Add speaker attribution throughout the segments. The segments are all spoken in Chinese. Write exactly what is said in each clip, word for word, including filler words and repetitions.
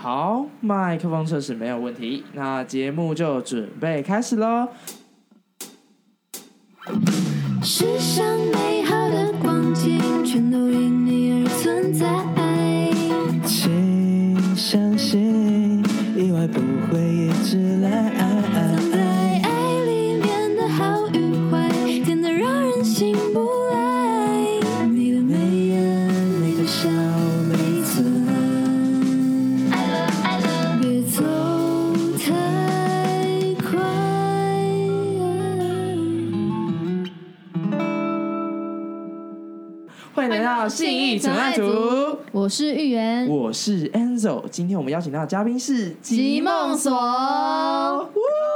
Speaker 1: 好，麦克风测试没有问题，那节目就准备开始咯。
Speaker 2: 世上美好的光景全都因你而存在，
Speaker 3: 请相信意外不会一直来，
Speaker 2: 藏在爱里面的好与坏甜得让人醒不来，你的眉眼你的笑每寸，别走太快。
Speaker 1: 欢迎来到信义纯爱组，
Speaker 4: 我是玉圆，
Speaker 1: 我是 Enzo。今天我们邀请到的嘉宾是
Speaker 4: 吉梦所。
Speaker 3: Hello，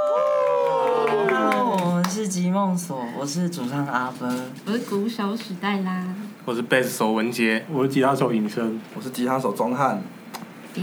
Speaker 3: 我们是吉梦所，我是主唱阿波，
Speaker 5: 我是鼓手史黛拉，
Speaker 6: 我是贝斯手文杰，
Speaker 7: 我是吉他手尹生，
Speaker 8: 我是吉他手钟汉。
Speaker 5: 耶、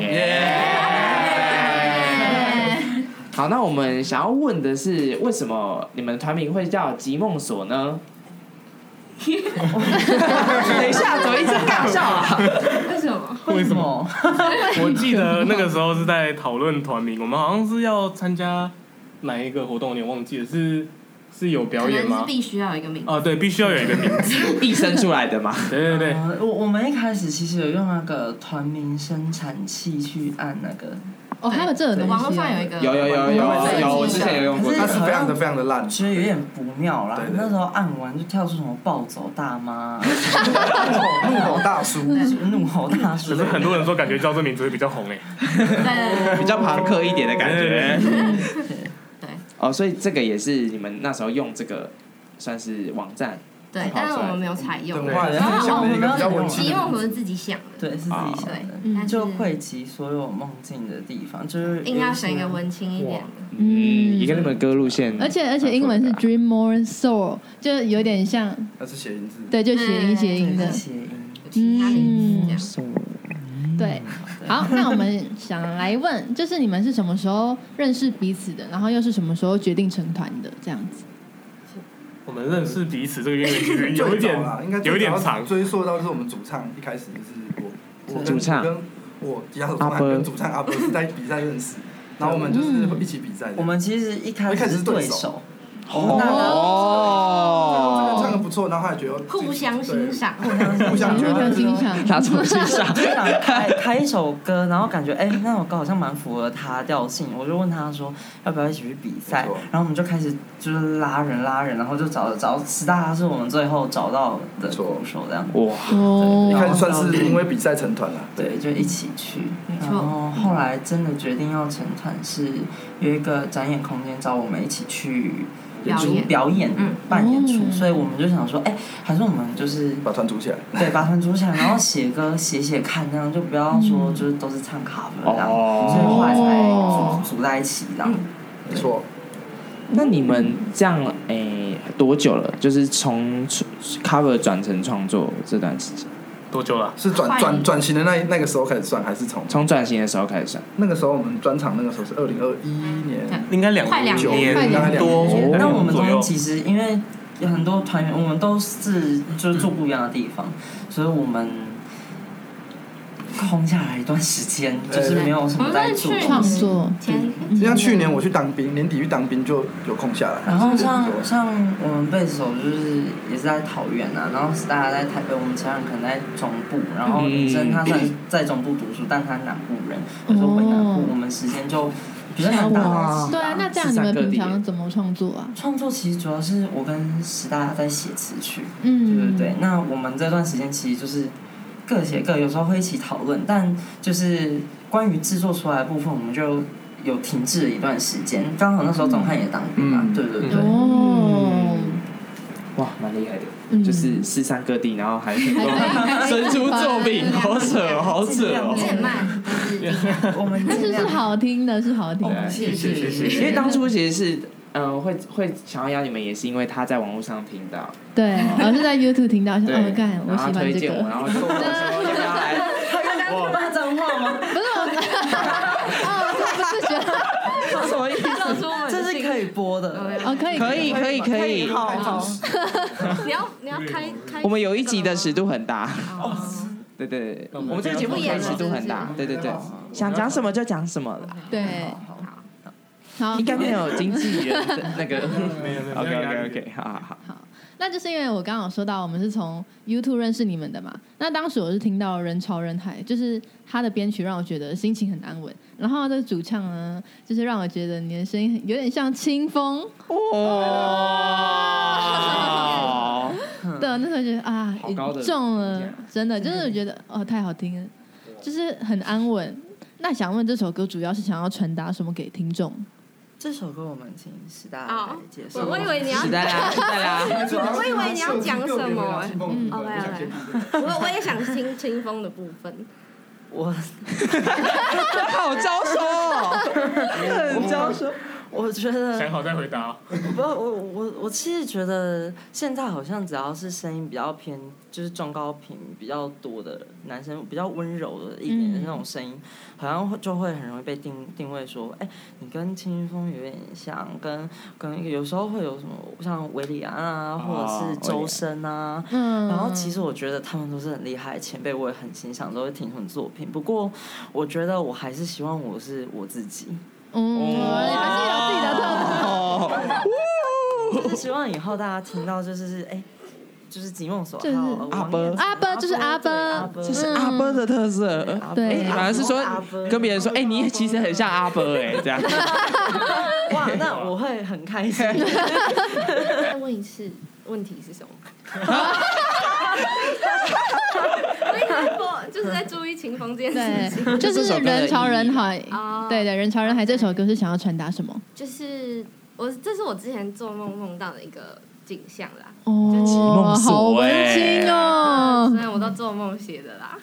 Speaker 1: 耶！好，那我们想要问的是，为什么你们的团名会叫吉梦所呢？等一下，怎么一直尬笑啊？
Speaker 5: 为什么？
Speaker 6: 为什么？我记得那个时候是在讨论团名，我们好像是要参加哪一个活动，有点忘记了，是是有表演吗？
Speaker 5: 可能是必须要有一个名字。
Speaker 6: 哦，对，必须要有一个名字，
Speaker 1: 一生出来的嘛。
Speaker 6: 对对对。
Speaker 3: 呃、我我们一开始其实有用那个团名生产器去按那个。
Speaker 4: 哦，还有这个东西、哦，
Speaker 5: 网络上有一个，
Speaker 1: 有有有有有有，我之前有用过，
Speaker 8: 它是非常的非常的烂，
Speaker 3: 觉得有点不妙啦。
Speaker 8: 对对对，
Speaker 3: 那时候按完就跳出什么暴走大妈、
Speaker 8: 怒吼大叔、
Speaker 3: 怒吼大叔。
Speaker 6: 可是很多人说感觉叫这名字会比较红哎，
Speaker 5: 对对对，
Speaker 1: 比较朋克一点的感觉。
Speaker 5: 对。
Speaker 1: 哦，所以这个也是你们那时候用这个算是网站。
Speaker 5: 对，但是我们没有采用。
Speaker 8: 对，然后想了一个比较文青
Speaker 5: 吉梦所是自己想的，
Speaker 3: 对，是自己想的，
Speaker 5: 嗯，
Speaker 3: 就汇集所有梦境的地方，就是
Speaker 5: 硬要选一个文青一点的，
Speaker 1: 嗯，也跟你们歌路线，
Speaker 4: 而且而且英文是 Dream More Soul， 就有点像，
Speaker 8: 那是谐音字，
Speaker 4: 对，就谐音谐音的，
Speaker 3: 谐音，
Speaker 5: 其他名字这样。
Speaker 4: 对，好，那我们想来问，就是你们是什么时候认识彼此的，然后又是什么时候决定成团的，这样子。
Speaker 6: 我们认识彼此这个渊源其实有一点有一点长，
Speaker 8: 追溯到是我们主唱一开始就是我，我
Speaker 1: 主唱
Speaker 8: 跟我吉他手钟汉跟主唱阿波是在比赛认识，然后我们就是一起比赛。
Speaker 3: 我们其实一开始是对手。
Speaker 1: 哦，
Speaker 8: 这个唱的不错，然后后来觉得
Speaker 5: 互相欣赏，
Speaker 8: 互相觉得
Speaker 4: 欣赏，
Speaker 1: 他怎么欣赏？
Speaker 3: 就想开开一首歌，然后感觉哎、欸，那首歌好像蛮符合他调性，我就问他说要不要一起去比赛，然后我们就开始就是拉人拉人，然后就找找史大拉是我们最后找到的鼓手这样。
Speaker 1: 哇，
Speaker 8: 一开始算是因为比赛成团了，
Speaker 3: 对，就一起去，
Speaker 5: 没错。
Speaker 3: 然后后来真的决定要成团，是有一个展演空间找我们一起去。
Speaker 5: 表演
Speaker 3: 表演、
Speaker 5: 嗯、
Speaker 3: 办演出、嗯，所以我们就想说，哎、欸，还是我们就是
Speaker 8: 把团组起来，
Speaker 3: 对，把团组起来，然后写歌写写看，这样就不要说就是都是唱 cover 这样，哦、所以后来才组组在一起这样。
Speaker 8: 没错。
Speaker 1: 那你们这样诶、欸、多久了？就是从 cover 转成创作这段时间
Speaker 6: 多久了？
Speaker 8: 是转转转型的那那个时候开始算，还是从
Speaker 1: 从转型的时候开始算？
Speaker 8: 那个时候我们专场那个时候是二零二一年，
Speaker 6: 应该两年多。
Speaker 3: 那我们中间其实因为有很多团员，我们都是就是住不一样的地方，所以我们空下来一段时间，就是没有什么在做
Speaker 4: 创作。
Speaker 8: 像去年我去当兵，年底去当兵就有空下来。
Speaker 3: 然后像像我们贝斯手就是也是在桃园啊，然后大家在台北，我们其他人可能在中部，然后女生她虽然在中部读书，但她南部人，有时候回南部，我们时间就比较难打在一起。
Speaker 4: 对啊，那这样你们平常怎么创作啊？
Speaker 3: 创作其实主要是我跟石大在写词曲，
Speaker 4: 嗯，
Speaker 3: 对对对。那我们这段时间其实就是各写各，有时候会一起讨论，但就是关于制作出来的部分，我们就有停滞了一段时间。刚好那时候总汉也当兵嘛，嗯、对对对。
Speaker 4: 哦，
Speaker 1: 哇，蛮厉害的。嗯、就是四散各地，然後還能夠生出作品，好扯好扯哦！
Speaker 5: 渐慢，
Speaker 3: 我们
Speaker 4: 但是是好听的，是好听的。
Speaker 1: 谢谢谢谢。因为当初其实是，嗯、呃，会会想要邀你们，也是因为他在网络上听到，
Speaker 4: 对，我是在 YouTube 听到，想哦，干，我喜欢这个，
Speaker 1: 然後就跟我說要不要來？
Speaker 3: 他刚刚骂脏话吗？
Speaker 4: 不是我，哦，他不是觉得
Speaker 1: 什么意思？
Speaker 3: 这是可以播的
Speaker 4: 哦，可以
Speaker 1: 可以可以可以。
Speaker 3: 好好，
Speaker 5: 你要你要开开。
Speaker 1: 我们有一集的尺度很大。
Speaker 5: 哦，
Speaker 1: 对对对，我们这个节目可以尺度很大，对对对，想讲什么就讲什么了。
Speaker 4: 对，好，
Speaker 1: 应该没有经纪人的那个。
Speaker 6: 没有没有
Speaker 1: OK OK OK， 好好好。
Speaker 4: 好，那就是因为我刚刚有说到，我们是从 YouTube 认识你们的嘛。那当时我是听到人潮人海，就是他的编曲让我觉得心情很安稳，然后他的主唱呢，就是让我觉得你的声音有点像清风。
Speaker 1: 哇！
Speaker 4: 对，那时候觉得啊，中了，真的就是觉得哦，太好听了，就是很安稳。那想问这首歌主要是想要传达什么给听众？
Speaker 3: 这首歌我们请史大来介绍。
Speaker 5: 我以为你要
Speaker 1: 史黛拉，史黛拉，
Speaker 5: 我以为你要讲什么。
Speaker 8: 嗯
Speaker 5: OK OK， 我我也想听清风的部分。
Speaker 3: 我
Speaker 1: 好招收哦，很招收。
Speaker 3: 我觉得
Speaker 6: 想好再回答。
Speaker 3: 不，我我我其实觉得现在好像只要是声音比较偏，就是中高频比较多的男生，比较温柔的一点的那种声音，嗯、好像就会很容易被定定位说，哎、欸，你跟清风有点像，跟跟有时候会有什么像韦礼安啊，或者是周深啊，嗯，然后其实我觉得他们都是很厉害的前辈，我也很欣赏，都会听他们作品。不过我觉得我还是希望我是我自己。
Speaker 4: 嗯，你还是有自己的特
Speaker 3: 色。就是希望以后大家听到就是哎、欸，就是吉梦所，
Speaker 4: 就是
Speaker 1: 阿波，
Speaker 4: 阿波就是阿波，
Speaker 1: 这是阿波的特色。
Speaker 4: 对，
Speaker 1: 反而是说跟别人说，哎，你其实很像阿波哎，这样。
Speaker 3: 哇，那我会很开心。
Speaker 5: 再问一次，问题是什么？我一直过，就是在注意清风这件事情。
Speaker 4: 对，就是人潮人海。对对，人潮人海这首歌是想要传达什么？
Speaker 5: 就是我，这是我之前做梦梦到的一个景象啦。
Speaker 4: 哦，好温馨哦！
Speaker 5: 虽然我都做梦写的啦。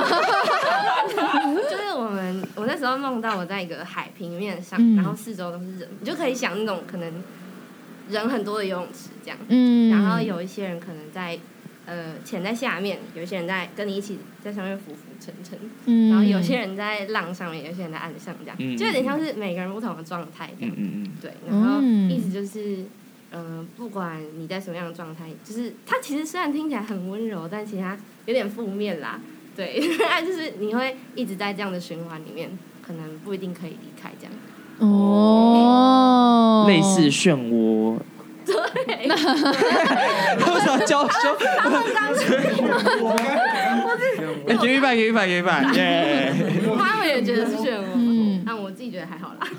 Speaker 5: 就是我们，我那时候梦到我在一个海平面上，嗯、然后四周都是人，你就可以想那种可能人很多的游泳池这样。嗯。然后有一些人可能在。呃，潜在下面，有一些人在跟你一起在上面浮浮沉沉，嗯、然后有些人在浪上面，有些人在岸上，这样，嗯、就有点像是每个人不同的状态这样。嗯嗯对，然后意思就是，嗯、呃，不管你在什么样的状态，就是它其实虽然听起来很温柔，但其实它有点负面啦。对，就是你会一直在这样的循环里面，可能不一定可以离开这样。
Speaker 1: 哦，类似漩涡。
Speaker 5: 对，
Speaker 1: 多少教授？
Speaker 5: 他们刚刚，
Speaker 1: 哎，给一百，给一百，给一百，耶！
Speaker 5: 他们也觉得是漩涡，嗯，但我自己觉得还好啦。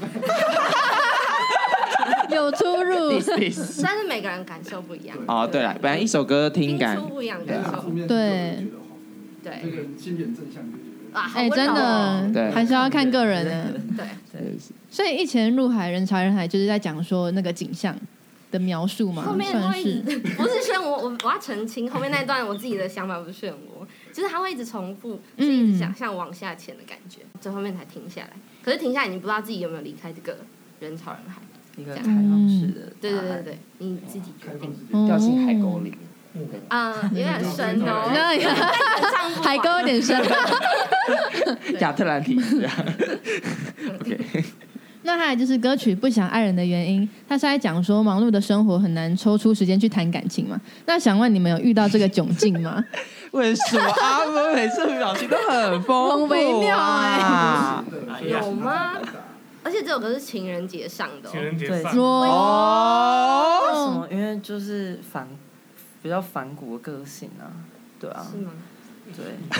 Speaker 4: 有出入，
Speaker 5: 但是每个人感受不一样。
Speaker 1: 哦，对了，本来一首歌听感
Speaker 5: 听出不一样的感受，
Speaker 4: 对，
Speaker 5: 对，
Speaker 8: 这个心点正向就觉得
Speaker 5: 啊，
Speaker 4: 哎，真的，对，还是要看个人的，
Speaker 5: 对
Speaker 4: 对。所以一前入海，人潮人海，就是在讲说那个景象。的描述吗？
Speaker 5: 后面会一直不是漩涡，我我要澄清，后面那段我自己的想法不是漩涡，就是它会一直重复，是一直想像往下潜的感觉，最后面才停下来。可是停下来，你不知道自己有没有离开这个人潮人海，
Speaker 3: 一个开放式的，
Speaker 5: 对对对对，你自己决定，
Speaker 1: 掉进海沟里。
Speaker 5: 啊，有点深哦，
Speaker 4: 海沟有点深，
Speaker 1: 亚特兰蒂斯。OK。
Speaker 4: 那还有就是歌曲不想爱人的原因，他是在讲说忙碌的生活很难抽出时间去谈感情嘛？那想问你们有遇到这个窘境吗？
Speaker 1: 为什么阿波每次表情都很丰富、啊、
Speaker 4: 很微妙哎、
Speaker 5: 欸？有吗？而且这首歌是情人节上的、哦，
Speaker 6: 情人节上
Speaker 3: 哦。为什么？因为就是反比较反骨的个性啊，对啊。
Speaker 5: 是吗？
Speaker 3: 对，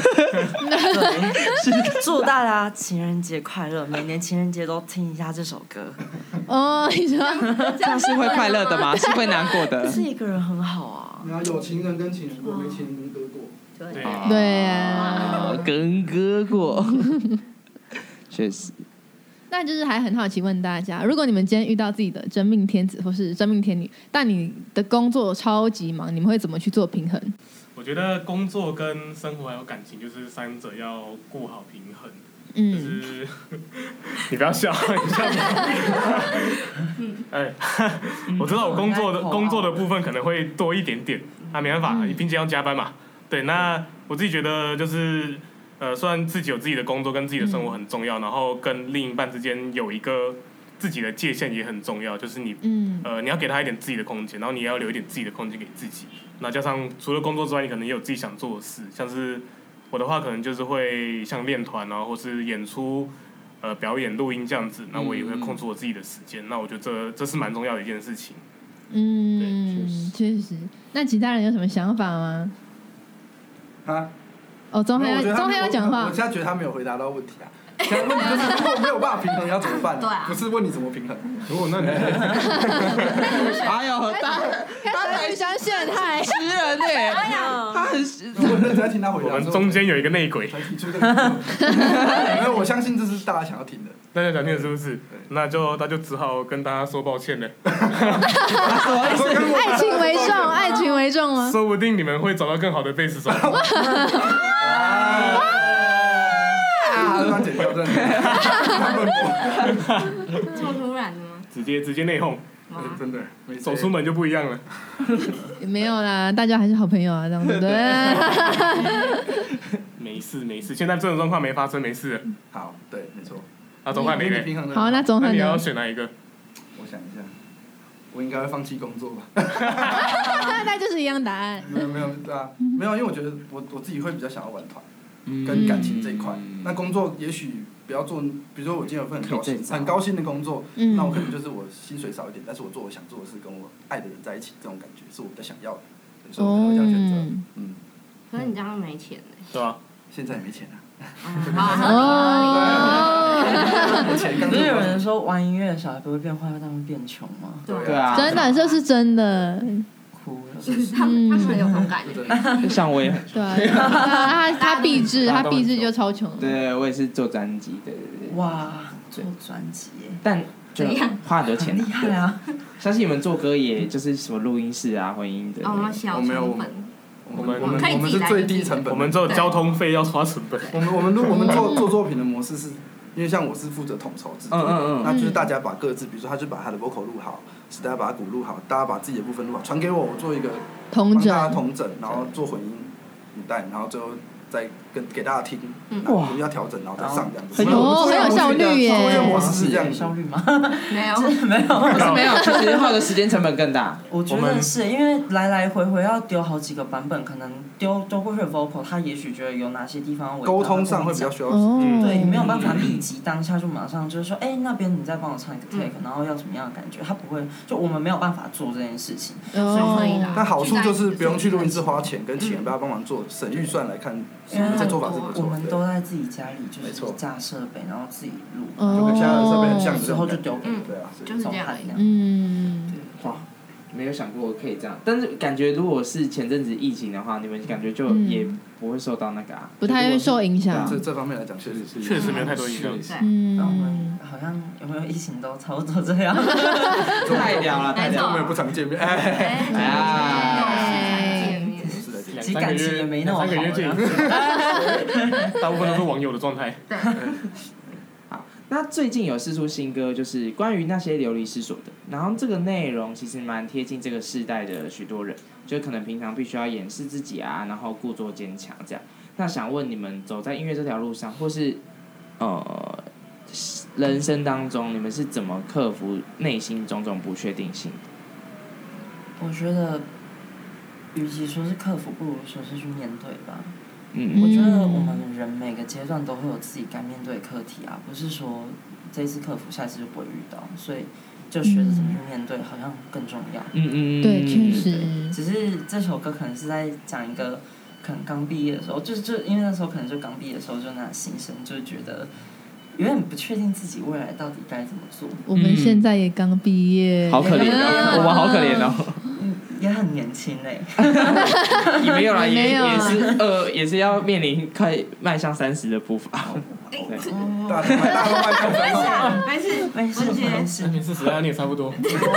Speaker 3: 对，祝大家情人节快乐！每年情人节都听一下这首歌。
Speaker 4: 哦，你说
Speaker 1: 这样是会快乐的吗？是会难过的？
Speaker 3: 是一个人很好啊。
Speaker 8: 然后有情人跟情人过，没情人跟歌过。
Speaker 5: 对
Speaker 4: 对啊，
Speaker 1: 跟歌过，确实。
Speaker 4: 那就是还很好奇问大家，如果你们今天遇到自己的真命天子或是真命天女，但你的工作超级忙，你们会怎么去做平衡？
Speaker 6: 我觉得工作跟生活还有感情，就是三者要顾好平衡。
Speaker 4: 嗯，
Speaker 6: 就是你不要笑，你笑什么？哎，我知道我工作的工作的部分可能会多一点点，啊，没办法，毕竟要加班嘛。对，那我自己觉得就是，呃，虽然自己有自己的工作跟自己的生活很重要，然后跟另一半之间有一个自己的界限也很重要，就是你，嗯、呃，你要给他一点自己的空间，然后你也要留一点自己的空间给自己。那加上除了工作之外，你可能也有自己想做的事，像是我的话可能就是会像练团啊，或是演出、呃表演、录音这样子，那我也会控制我自己的时间。那我觉得这这是蛮重要的一件事情。
Speaker 4: 嗯，确实。那其他人有什么想法吗？
Speaker 8: 啊？
Speaker 4: 哦，钟汉要钟汉要讲话。
Speaker 8: 我现在觉得他没有回答到问题啊。现在问题就是，如果没有办法平衡，要怎么办？
Speaker 5: 对啊，
Speaker 8: 不是问你怎么平衡。
Speaker 6: 如果那你，
Speaker 1: 哎呦，他
Speaker 4: 他很想选太
Speaker 1: 诗人哎，他很，
Speaker 8: 我认真在听他回答。
Speaker 6: 我们中间有一个内鬼，
Speaker 8: 才提出这个。没有，我相信这是大家想要听的。
Speaker 6: 大家想听的是不是？那就那就只好跟大家说抱歉了。
Speaker 4: 爱情为重，爱情为重吗？
Speaker 6: 说不定你们会找到更好的贝斯手。
Speaker 8: 突然剪掉，真的。
Speaker 5: 这么突然的吗？
Speaker 6: 直接直接内讧，
Speaker 8: 真的，
Speaker 6: 走出门就不一样了。
Speaker 4: 没有啦，大家还是好朋友啊，这样子对。
Speaker 6: 没事没事，现在这种状况没发生，没事。
Speaker 8: 好，对，没错。
Speaker 6: 啊，总汉你嘞？
Speaker 4: 好，那总汉
Speaker 6: 你要选哪一个？
Speaker 8: 我想一下，我应该会放弃工作吧。
Speaker 4: 那就是一样答案。
Speaker 8: 没有没有，对啊，没有，因为我觉得我我自己会比较想要玩团。跟感情这一块，嗯、那工作也许不要做，比如说我今天有份很高兴、很高兴的工作，嗯、那我可能就是我薪水少一点，但是我做我想做的事，跟我爱的人在一起，这种感觉是我比较想要的，所以我可能会这样选择。嗯，
Speaker 5: 可是你这样没钱呢？
Speaker 6: 对啊，
Speaker 8: 现在也没钱啊。
Speaker 3: 哦，不是有人说玩音乐的小孩不会变坏，但会变穷吗？
Speaker 1: 对啊，
Speaker 4: 真的，这是真的。
Speaker 5: 他们他们很有同感
Speaker 1: 就像我也很
Speaker 4: 对，他他毕制，他毕制就超穷。
Speaker 1: 对，我也是做专辑，对对对。
Speaker 3: 哇，做专辑耶！
Speaker 1: 但就花很多钱，
Speaker 3: 厉害啊！
Speaker 1: 相信你们做歌也就是什么录音室啊、混音的。
Speaker 5: 哦，我们小成本。
Speaker 8: 我们我们我们是最低成本，
Speaker 6: 我们只有交通费要花成本。
Speaker 8: 我们我们录我们做做作品的模式是。因为像我是负责统筹制作，嗯嗯嗯，那就是大家把各自，比如说他就把他的 vocal 录好，是大家把鼓录好，大家把自己的部分录好，传给我，我做一个
Speaker 4: 帮
Speaker 8: 大家统整，然后做混音母带，然后最后再跟给大家听，哇，要调整，然后再上这样子。
Speaker 4: 哦，很有效率耶！
Speaker 8: 作业模式是这样，
Speaker 3: 效率吗？
Speaker 5: 没有，
Speaker 3: 没有，
Speaker 1: 不是没有，其实花的时间成本更大。
Speaker 3: 我觉得是因为来来回回要丢好几个版本，可能丢丢过去的 vocal， 他也许觉得有哪些地方
Speaker 8: 沟通上会比较需要，
Speaker 3: 对，没有办法立即当下就马上就是说，哎，那边你再帮我唱一个 take，然后要什么样的感觉，他不会，就我们没有办法做这件事情，所以可以啦。
Speaker 8: 那好处就是不用去录音室花钱，跟请人帮忙做，省预算来看，这做法是不错。
Speaker 3: 我们都在自己家里，就是架设备，然后自己录，
Speaker 8: 就跟现在的设备很像，
Speaker 3: 之后就丢给你，
Speaker 8: 对啊，
Speaker 5: 就是这样。
Speaker 4: 嗯，
Speaker 1: 哇，没有想过可以这样，但是感觉如果是前阵子疫情的话，你们感觉就也不会受到那个啊，
Speaker 4: 不太会受影响。
Speaker 8: 这这方面来讲，确实是
Speaker 6: 确实没有太多影响。
Speaker 3: 嗯，我们好像有没有疫情都差不多这样。
Speaker 1: 太屌了，太屌了，
Speaker 8: 我们也不常见面。
Speaker 1: 哎呀。
Speaker 3: 其实感情也没那么好，
Speaker 6: 三个月见一次，大部分都是网友的状态。
Speaker 5: 对。
Speaker 1: 好，那最近有释出新歌，就是关于那些流离失所的，然后这个内容其实蛮贴近这个世代的许多人，就可能平常必须要掩饰自己啊，然后故作坚强这样。那想问你们，走在音乐这条路上，或是呃人生当中，你们是怎么克服内心种种不确定性的？
Speaker 3: 我觉得。与其说是克服，不如说是去面对吧。
Speaker 1: 嗯，
Speaker 3: 我觉得我们人每个阶段都会有自己该面对的课题啊，不是说这一次克服，下次就不会遇到，所以就学着怎么去面对，好像更重要。
Speaker 1: 嗯嗯，
Speaker 4: 对，确实。
Speaker 3: 只是这首歌可能是在讲一个可能刚毕业的时候，就是就因为那时候可能就刚毕业的时候，就那新生就觉得有点不确定自己未来到底该怎么做。
Speaker 4: 我们现在也刚毕业，
Speaker 1: 好可怜哦，我们好可怜哦。
Speaker 3: 也很年轻嘞，
Speaker 1: 也没有啦，也也是呃，也是要面临快迈向三十的步伐。
Speaker 8: 对，大大都迈向三十，
Speaker 5: 没事没事没事，
Speaker 6: 没事，十二你也差不多。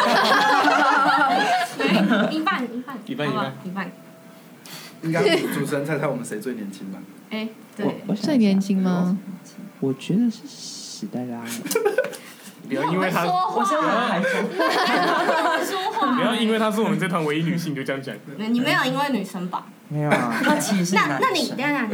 Speaker 5: 一半一半
Speaker 6: 一半一半
Speaker 5: 一半。
Speaker 8: 应该主持人猜猜我们谁最年轻吧？
Speaker 5: 哎，对，
Speaker 4: 最年轻吗？
Speaker 1: 我觉得是时代啦。
Speaker 6: 不要因为他，
Speaker 3: 我现在很害羞。
Speaker 6: 不要因为她是我们这团唯一女性就这样讲。
Speaker 5: 你没有因为女生吧？
Speaker 1: 没有啊。
Speaker 3: 他其实是男生。
Speaker 5: 那那你等下，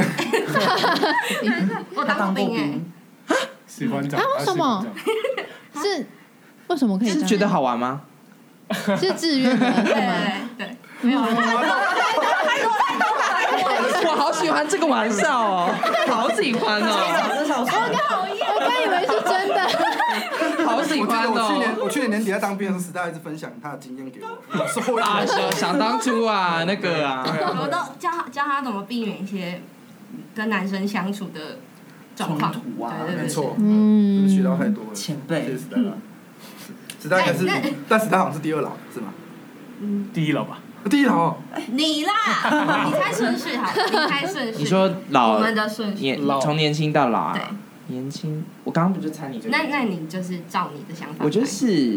Speaker 5: 我当过兵哎。
Speaker 6: 喜欢长。
Speaker 4: 啊？为什么？是为什么可以？
Speaker 1: 是觉得好玩吗？
Speaker 4: 是自愿的，
Speaker 5: 对对对，没有。太多太多太多太多
Speaker 1: 我好喜欢这个玩笑哦，好喜欢哦，
Speaker 4: 我刚以为是真的，
Speaker 1: 好喜欢
Speaker 8: 我去年
Speaker 1: 哦。
Speaker 8: 我去年年底在当兵的时候，时代一直分享他的经验给我，我受益
Speaker 1: 啊，想想当初啊，那个啊，
Speaker 5: 我都教他教他怎么避免一些跟男生相处的状况。
Speaker 3: 冲突啊
Speaker 5: 对对对，
Speaker 8: 没错，
Speaker 4: 嗯，
Speaker 8: 学到太多了。
Speaker 3: 前辈
Speaker 8: 谢谢时代了，时代应该是，但时代好像是第二老是吗？
Speaker 6: 第一老吧。
Speaker 8: 第一老，
Speaker 5: 你啦，你猜顺序好，你猜顺序。
Speaker 1: 你说老
Speaker 5: 我们的顺序。
Speaker 1: 年从年轻到老啊
Speaker 5: 对，
Speaker 1: 年轻，我刚刚不就猜你最
Speaker 5: 那那你就是照你的想法。
Speaker 1: 我觉得是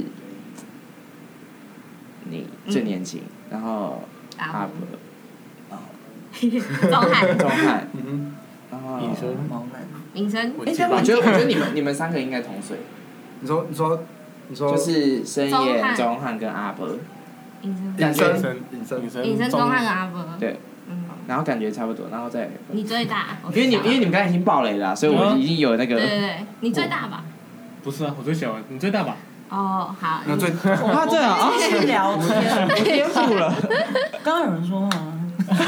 Speaker 1: 你最年轻，然后阿伯，
Speaker 5: 钟汉、
Speaker 1: 钟汉，
Speaker 8: 嗯
Speaker 1: 然后
Speaker 6: 隐身
Speaker 3: 毛男，
Speaker 5: 民生，
Speaker 6: 我记得
Speaker 1: 我觉得我觉得你们你们三个应该同岁，
Speaker 8: 你说你说你说，
Speaker 1: 就是深夜、
Speaker 5: 钟汉
Speaker 1: 钟汉跟阿伯，
Speaker 5: 隐身，
Speaker 8: 隐
Speaker 1: 感觉
Speaker 8: 身
Speaker 6: 身
Speaker 8: 隐身
Speaker 6: 隐身
Speaker 5: 隐身钟汉跟阿伯。
Speaker 1: 对，
Speaker 5: 嗯，
Speaker 1: 然后感觉差不多，然后再，
Speaker 5: 你最大。
Speaker 1: 因为你因为你们刚才已经爆雷了啊，所以我已经有那个，
Speaker 5: 对对对，你最大吧？
Speaker 6: 不是啊，我最小啊，你最大吧？
Speaker 5: 哦，好。
Speaker 8: 那最
Speaker 1: 啊对啊，啊
Speaker 3: 去聊天，
Speaker 1: 我颠覆了，
Speaker 3: 刚刚有人说话吗？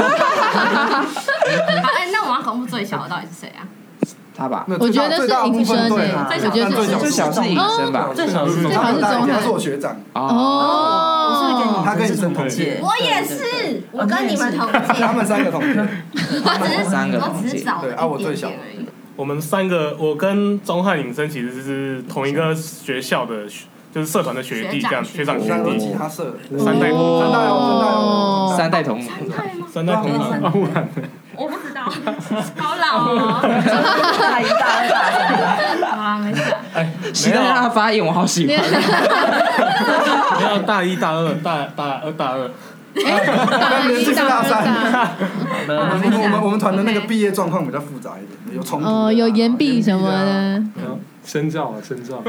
Speaker 5: 好，哎，那我们要公布最小的到底是谁啊？
Speaker 1: 他吧，
Speaker 8: 没有
Speaker 4: 我觉得是
Speaker 8: 最大的部分
Speaker 4: 隐身
Speaker 8: 对
Speaker 4: 欸
Speaker 5: 最小
Speaker 4: 我觉得是
Speaker 1: 最小是隐身吧，
Speaker 3: 最小是
Speaker 6: 最
Speaker 3: 钟
Speaker 8: 他
Speaker 3: 汉，
Speaker 4: 小是钟汉
Speaker 8: 他是我学长，
Speaker 1: 哦，
Speaker 3: 我是跟你
Speaker 8: 他跟你
Speaker 3: 是
Speaker 8: 是同
Speaker 3: 届，
Speaker 5: 我也是，我跟你们同届。
Speaker 8: 他们三个同学，
Speaker 5: 我只是
Speaker 1: 三个
Speaker 5: 我
Speaker 1: 同届
Speaker 5: 只是早
Speaker 8: 对啊我
Speaker 5: 一点
Speaker 8: 最小
Speaker 5: 点而已。
Speaker 6: 我们三个，我跟钟汉隐身其实是同一个学校的，就是社团的学弟，这样学长学
Speaker 8: 三个吉
Speaker 6: 弟，
Speaker 8: 他社，
Speaker 6: 三代同
Speaker 8: 三代哦，
Speaker 1: 三代同，
Speaker 6: 三代同堂啊，不然
Speaker 5: 我不知道，好老哦。
Speaker 3: 大一、大二、大三，
Speaker 5: 好啊，没事。
Speaker 6: 哎，
Speaker 1: 期待让他发言，我好喜欢。
Speaker 6: 没有大一、大二、大大二、大二，
Speaker 4: 大一大二大，
Speaker 8: 我们我们我们团的那个毕业状况比较复杂一点，有冲突
Speaker 4: 哦，有延毕什么的，
Speaker 7: 深造啊，深造。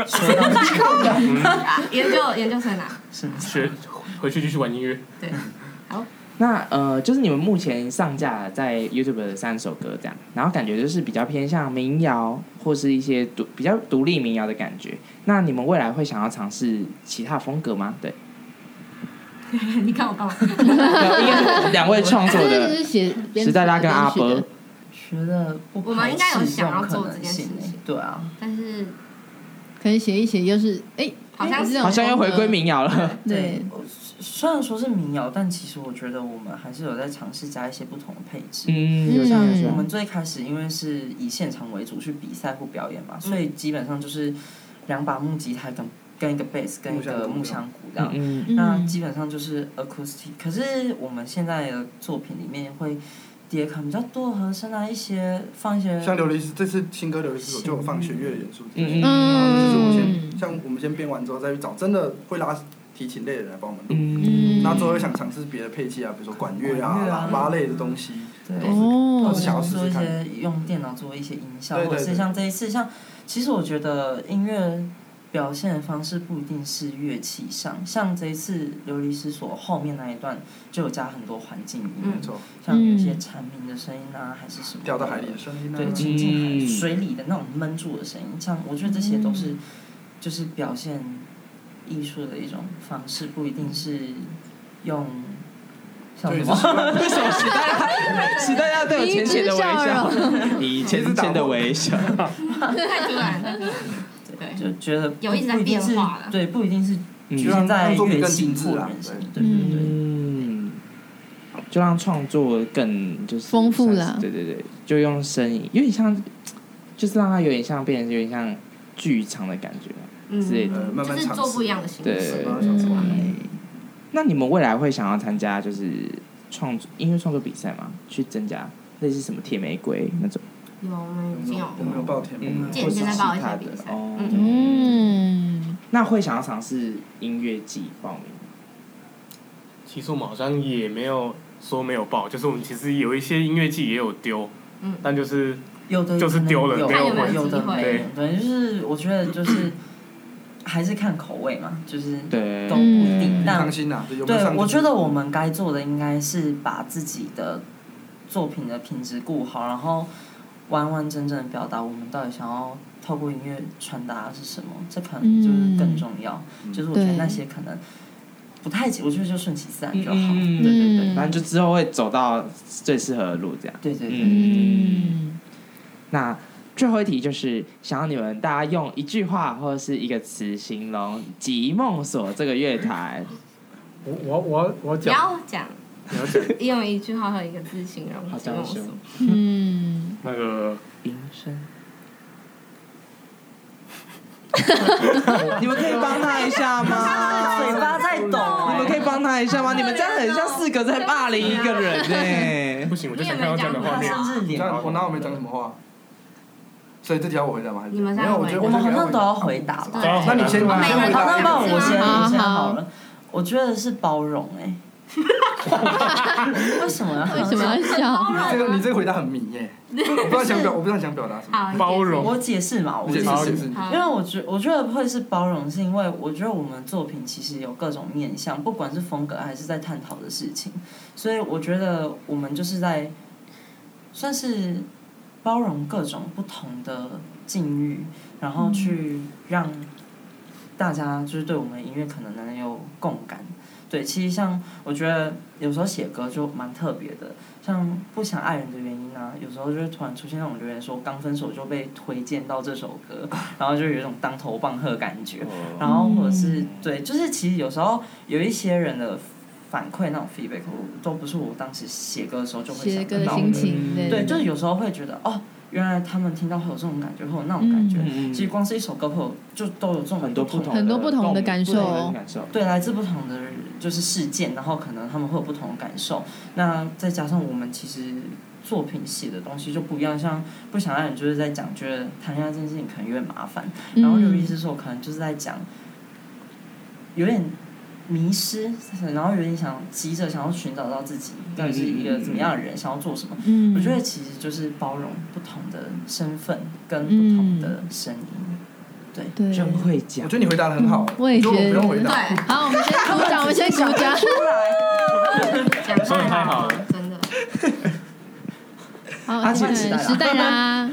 Speaker 5: 研究研究生啊，
Speaker 6: 学回去继续玩音乐。
Speaker 5: 对。
Speaker 1: 那呃，就是你们目前上架在 YouTube 的三首歌这样，然后感觉就是比较偏向民谣或是一些独比较独立民谣的感觉。那你们未来会想要尝试其他风格吗？对，
Speaker 5: 你看我干嘛？
Speaker 1: 应该是两位创作
Speaker 4: 就是
Speaker 1: 的
Speaker 4: 是写
Speaker 1: 时代拉跟阿伯，
Speaker 3: 觉得不
Speaker 5: 我们应该有想要做这件事情
Speaker 3: 可能性欸对啊，
Speaker 5: 但是
Speaker 4: 可能写一写又是哎，
Speaker 5: 好像是
Speaker 1: 好像又回归民谣了。
Speaker 4: 对，
Speaker 3: 虽然说是民谣，但其实我觉得我们还是有在尝试加一些不同的配置。
Speaker 1: 嗯，有
Speaker 3: 像
Speaker 1: 像有像
Speaker 3: 我们最开始因为是以现场为主去比赛或表演嘛，所以基本上就是两把木吉他跟跟一个贝斯跟一个木箱鼓这样。
Speaker 1: 嗯
Speaker 3: 那基本上就是 acoustic。可是我们现在的作品里面会叠可能比较多的和声啊，一些放一些
Speaker 8: 像琉璃斯这次新歌琉璃斯就有放弦乐的元素进去，
Speaker 1: 嗯
Speaker 8: 然后就是我先
Speaker 4: 嗯
Speaker 8: 像我们先编完之后再去找真的会拉提琴类的人来帮我们录，
Speaker 1: 嗯，
Speaker 8: 那最后又想尝试别的配器啊，比如说管乐啊、
Speaker 3: 管乐啊
Speaker 8: 喇叭类的东西，
Speaker 3: 对，
Speaker 4: 哦
Speaker 3: 或者想要做一些用电脑做一些音效，
Speaker 8: 对对对
Speaker 3: 或者是像这一次，像其实我觉得音乐表现的方式不一定是乐器上，像这一次琉璃斯所后面那一段就有加很多环境音，
Speaker 8: 没错，
Speaker 3: 像有一些蝉鸣的声音啊，还是什么
Speaker 8: 掉到海里的声音啊，
Speaker 3: 对，亲近海
Speaker 1: 嗯
Speaker 3: 水里的那种闷住的声音，像我觉得这些都是就是表现艺术的一种方式，不一定是用像什么。
Speaker 1: 为什么时代时代要对我浅浅的微笑？你浅浅的微笑。
Speaker 5: 太突然了。对，
Speaker 3: 就觉得
Speaker 5: 有一直在
Speaker 3: 不一定是
Speaker 5: 变化了
Speaker 3: 对，不一定是
Speaker 1: 嗯
Speaker 3: 局限在
Speaker 8: 作品更
Speaker 3: 乐器
Speaker 8: 精致啊
Speaker 3: 或人声，
Speaker 8: 对
Speaker 3: 对对对。
Speaker 1: 嗯，就让创作更就是
Speaker 4: 丰富啦
Speaker 1: 对对对，就用声音，有点像，就是让它有点像变成有点像剧场的感觉
Speaker 5: 嗯
Speaker 1: 之类的。
Speaker 8: 呃，慢慢
Speaker 5: 就是
Speaker 8: 尝试
Speaker 5: 做不一样的形
Speaker 1: 对
Speaker 5: 式。
Speaker 8: 慢慢尝试完来。
Speaker 1: 那你们未来会想要参加就是创作音乐创作比赛吗？去增加类似什么铁玫瑰那种？
Speaker 5: 有，我们已经有。
Speaker 8: 我们有报天
Speaker 1: 嗯，
Speaker 5: 渐
Speaker 1: 或是
Speaker 5: 渐在报一些
Speaker 1: 其他的
Speaker 5: 比赛
Speaker 1: 哦。
Speaker 5: 嗯
Speaker 4: 嗯，
Speaker 1: 那会想要尝试音乐季报名？
Speaker 6: 其实我们好像也没有说没有报，就是我们其实有一些音乐季也有丢，
Speaker 5: 嗯
Speaker 6: 但就是
Speaker 3: 有的
Speaker 6: 就是丢了
Speaker 3: 有
Speaker 6: 没有
Speaker 3: 有
Speaker 5: 回
Speaker 3: 有的
Speaker 5: 机会
Speaker 3: 没有，对，就是我觉得就是还是看口味嘛，就是
Speaker 1: 对
Speaker 3: 都不一定，
Speaker 8: 平
Speaker 3: 但
Speaker 8: 常心啊，有没有
Speaker 3: 对，
Speaker 8: 上进
Speaker 3: 我觉得我们该做的应该是把自己的作品的品质顾好，然后完完整整的表达我们到底想要透过音乐传达的是什么，这可能就是更重要。
Speaker 8: 嗯
Speaker 3: 就是我觉得
Speaker 4: 对
Speaker 3: 那些可能不太，我觉得就顺其自然就好。
Speaker 1: 嗯，
Speaker 3: 对对对，
Speaker 1: 反正就之后会走到最适合的路，这样。
Speaker 3: 对对对对对。
Speaker 4: 嗯，
Speaker 1: 那最后一题就是想要你们大家用一句话或者是一个词形容即梦所这个乐团。
Speaker 7: 我我我我
Speaker 5: 不
Speaker 7: 讲，
Speaker 5: 要讲，
Speaker 7: 你要讲
Speaker 5: 用一句话和一个字形容即梦所。
Speaker 4: 嗯，
Speaker 6: 那个
Speaker 1: 音声。你们可以帮他一下吗？
Speaker 3: 嘴巴在抖、欸，
Speaker 1: 你们可以帮他一下吗？你们这样很像四个在霸凌一个人呢、欸。
Speaker 6: 不行，我就想看到这样的画面。
Speaker 3: 甚至脸，
Speaker 8: 我哪有没讲什么话？所以这题要我回答吗？还是
Speaker 5: 你们
Speaker 8: 没有？我觉得
Speaker 3: 我们好像都
Speaker 8: 要。
Speaker 3: 要回答吧。
Speaker 8: 那你先，你先回
Speaker 3: 好，那
Speaker 8: 答。
Speaker 3: 帮我先，
Speaker 4: 好
Speaker 3: 我先好了。我觉得是包容哎、欸。为什么要？
Speaker 4: 为什么要笑？
Speaker 8: 你这个你这个回答很迷耶、欸，我不知道想表，我不知道想表达什么。
Speaker 6: 包容。
Speaker 3: 我解释嘛，我解释。
Speaker 8: 解释。
Speaker 3: 因为我觉我觉得会是包容，是因为我觉得我们作品其实有各种面向，不管是风格还是在探讨的事情，所以我觉得我们就是在算是包容各种不同的境遇，然后去让大家就是对我们的音乐可能能有共感。对，其实像我觉得有时候写歌就蛮特别的，像不想爱人的原因啊，有时候就会突然出现那种留言说刚分手就被推荐到这首歌，然后就有一种当头棒喝的感觉，然后或者是对，就是其实有时候有一些人的反馈那种 feedback 都不是我当时写歌的时候就会想得到的，
Speaker 4: 心情对，
Speaker 3: 对，就是有时候会觉得哦。原来他们听到会有这种感觉，会有那种感觉。
Speaker 1: 嗯、
Speaker 3: 其实光是一首歌，会有就都有这种
Speaker 1: 很多不同
Speaker 4: 很多不同的感受。
Speaker 3: 对，来自不同的就是事件，然后可能他们会有不同的感受。那再加上我们其实作品写的东西就不一样，像不想让人就是在讲，觉得谈恋爱这件事情可能有点麻烦。
Speaker 4: 嗯、
Speaker 3: 然后刘医师说，可能就是在讲有点迷失，然后有点想急着想要寻找到自己到底是一个怎么样的人，想要做什么。
Speaker 4: 嗯，
Speaker 3: 我觉得其实就是包容不同的身份跟不同的声音。对，
Speaker 4: 对，
Speaker 1: 真会讲。
Speaker 8: 我觉得你回答的很好，
Speaker 4: 嗯、我也觉得。
Speaker 8: 不用回答。
Speaker 4: 好，我们先鼓掌，我们先鼓掌。
Speaker 5: 讲
Speaker 6: 说的太好了，
Speaker 5: 真的。
Speaker 4: 好，阿奇时代啦。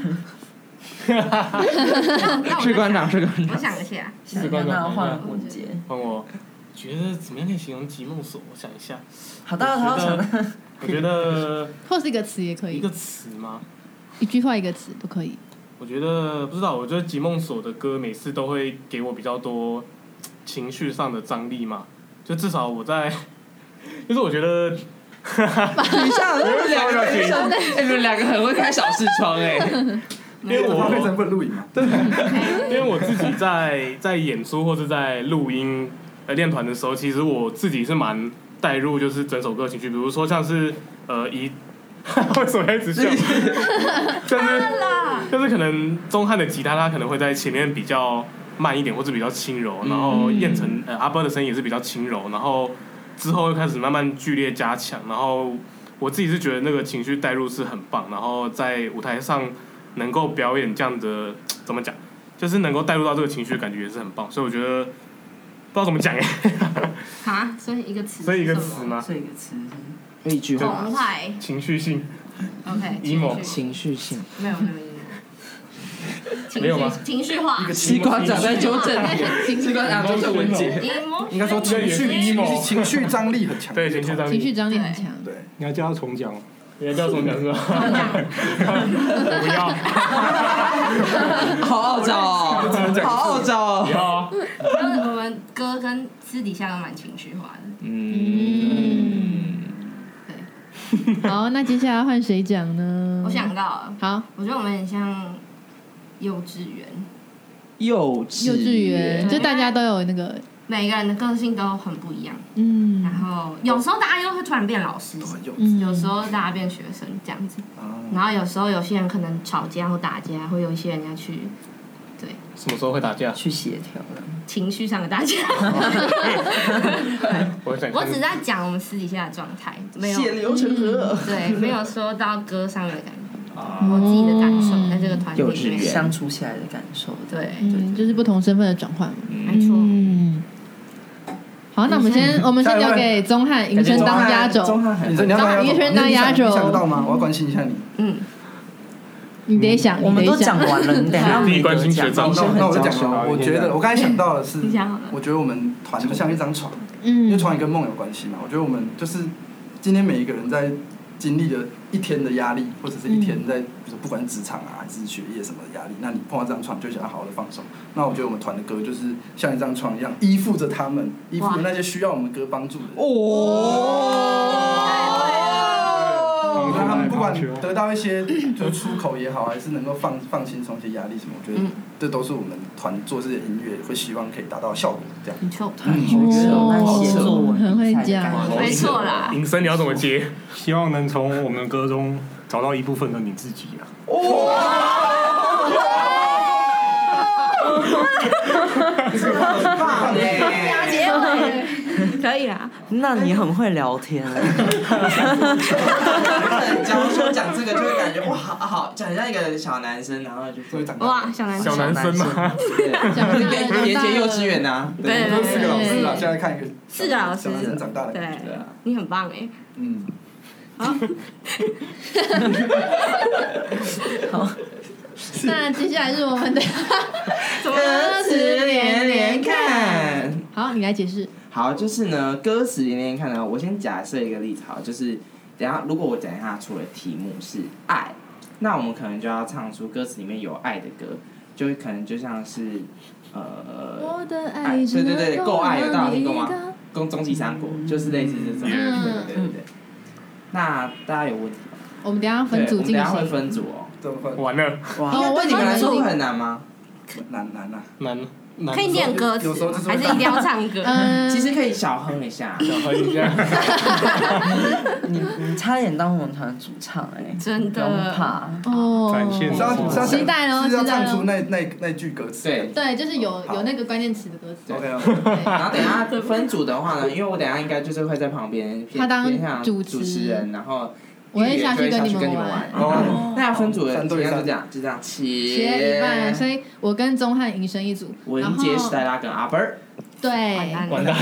Speaker 1: 士官长，士官长。
Speaker 5: 我想一下。
Speaker 6: 士官长，
Speaker 3: 换文杰。
Speaker 6: 换我。觉得怎么样可以形容即梦所？我想一下。
Speaker 3: 好大的好想。
Speaker 6: 我觉得。
Speaker 4: 或是一个词也可以。
Speaker 6: 一个词吗？
Speaker 4: 一句话一个词都可以。
Speaker 6: 我觉得不知道，我觉得即梦所的歌每次都会给我比较多情绪上的张力嘛，就至少我在，就是我觉得。
Speaker 1: 等一下，你们两个，哎，你们两个很会开小视窗哎。
Speaker 6: 因为我
Speaker 8: 变成不能录影嘛，
Speaker 6: 对，因为我自己在在演出或是在录音呃练团的时候，其实我自己是蛮带入就是整首歌情绪，比如说像是呃以为什么一直笑？就是就是可能钟汉的吉他他可能会在前面比较慢一点或者比较轻柔，然后燕城呃阿波的声音也是比较轻柔，然后之后又开始慢慢剧烈加强，然后我自己是觉得那个情绪带入是很棒，然后在舞台上。能够表演这样的怎么讲，就是能够带入到这个情绪，感觉也是很棒，所以我觉得不知道怎么讲哎。
Speaker 5: 啊，所以一个词。
Speaker 6: 所以一个词吗？
Speaker 3: 所以一个词。
Speaker 1: 一句话。
Speaker 5: 澎湃。
Speaker 6: 情绪性。
Speaker 5: OK。
Speaker 6: emo。
Speaker 1: 情绪性。
Speaker 5: 没有没有 emo。
Speaker 6: 没有吗？
Speaker 5: 情绪化。
Speaker 1: 士官长在纠正你，士官长纠正文杰。
Speaker 8: 应该说情绪情绪张力很强。
Speaker 6: 对，情绪张力。
Speaker 4: 情绪张力很强。
Speaker 8: 对。
Speaker 7: 你要叫他重讲。
Speaker 6: 你要叫什么名字？我不要。
Speaker 1: 好傲娇哦，好傲娇哦。
Speaker 6: 不要啊。
Speaker 5: 我们歌跟私底下都蛮情绪化的。
Speaker 1: 嗯。
Speaker 5: 对。
Speaker 4: 好，那接下来换谁讲呢？
Speaker 5: 我想到了。
Speaker 4: 好。
Speaker 5: 我觉得我们很像幼稚园。
Speaker 1: 幼稚
Speaker 4: 幼稚园，就大家都有那个。
Speaker 5: 每个人的个性都很不一样，
Speaker 4: 嗯，
Speaker 5: 然后有时候大家又会突然变老师，
Speaker 4: 嗯，
Speaker 5: 有时候大家变学生这样子，然后有时候有些人可能吵架或打架，会有一些人要去，对，
Speaker 6: 什么时候会打架？
Speaker 3: 去协调的，
Speaker 5: 情绪上的打架。
Speaker 6: 我
Speaker 5: 我只是在讲我们私底下的状态，没有
Speaker 1: 血流成河，
Speaker 5: 对，没有说到歌上面的感觉，我自己的感受在这个团体里面
Speaker 3: 相处起来的感受，
Speaker 5: 对，
Speaker 4: 嗯，就是不同身份的转换，
Speaker 5: 没错。
Speaker 4: 嗯。好，那我们先，我们先留给钟汉、尹生当压轴。
Speaker 1: 钟汉，
Speaker 8: 尹生当
Speaker 4: 压轴。
Speaker 8: 你想得到吗？我要关心一下你。
Speaker 5: 嗯。
Speaker 4: 你得想，
Speaker 3: 我们都讲完了，你等下
Speaker 6: 第一关心学长。
Speaker 8: 那我就讲了，我觉得我刚才想到的是，
Speaker 5: 你讲好了。
Speaker 8: 我觉得我们团就像一张床， 嗯，因为传也跟梦有关系嘛。我觉得我们就是今天每一个人在经历了一天的压力，或者是一天在，比如说不管是职场啊还是学业什么的压力，那你碰到这张床就想要好好的放松。那我觉得我们团的歌就是像一张床一样，依附着他们，依附着那些需要我们歌帮助的人。哦，让他们不管得到一些就是出口也好，还是能够放放轻松一些压力什么，我觉得这都是我们团做这些音乐会希望可以达到效果这样。
Speaker 5: 没错，
Speaker 3: 哦，写作文
Speaker 4: 很会讲，
Speaker 5: 没错啦。
Speaker 6: 尹生你要怎么接？
Speaker 7: 希望能从我们的歌中找到一部分的你自己啊。
Speaker 1: 很棒耶！
Speaker 5: 结尾可以啦。
Speaker 3: 那你很会聊天。
Speaker 1: 假如说讲这个，就会感觉哇，好，讲像一个小男生，然后就会长
Speaker 5: 哇，小男
Speaker 6: 生，小男生吗？
Speaker 1: 对，连接幼稚园呐，
Speaker 5: 对，
Speaker 8: 都四个老师啊，现在看一个
Speaker 5: 四个老师
Speaker 8: 小男生长大的感觉。
Speaker 5: 对啊，你很棒哎。
Speaker 8: 嗯。
Speaker 5: 好。
Speaker 3: 好。
Speaker 4: 那接下来是我们的
Speaker 1: 歌词连连看。
Speaker 4: 好，你来解释。
Speaker 1: 好，就是呢，歌词连连看呢，我先假设一个例子，好，就是等一下如果我等一下出的题目是爱，那我们可能就要唱出歌词里面有爱的歌，就可能就像是呃，
Speaker 4: 我的爱，
Speaker 1: 对对对，够爱有大家听过吗？终终极三国就是类似这种，对对对对。那大家有问题吗？
Speaker 4: 我们等一下分组进行。
Speaker 1: 等一下会分组哦。
Speaker 8: 怎么分？
Speaker 6: 完了。
Speaker 1: 哇，对你们来说会很难吗？
Speaker 8: 难难啊，
Speaker 6: 难。
Speaker 5: 可以念歌词，还是一定要唱歌？
Speaker 4: 嗯，
Speaker 1: 其实可以小哼一下，
Speaker 6: 小哼一下。
Speaker 3: 你你差点当我们团主唱哎，
Speaker 5: 真的。
Speaker 3: 不用怕
Speaker 4: 哦。
Speaker 7: 展现。
Speaker 4: 期待哦，期待哦。
Speaker 8: 是要唱出那那那句歌词。
Speaker 1: 对
Speaker 4: 对，就是有有那个关键词的歌词。
Speaker 8: OK。
Speaker 1: 然后等一下分组的话呢，因为我等一下应该就是会在旁边偏偏向主持人，然后。
Speaker 4: 我会下去跟
Speaker 1: 你们
Speaker 4: 玩。
Speaker 1: 哦，那要分组的怎样？就这样，就这样切。
Speaker 4: 切一半，所以我跟钟汉银生一组。
Speaker 1: 文杰、史黛拉跟阿伯。
Speaker 4: 对。
Speaker 6: 完蛋。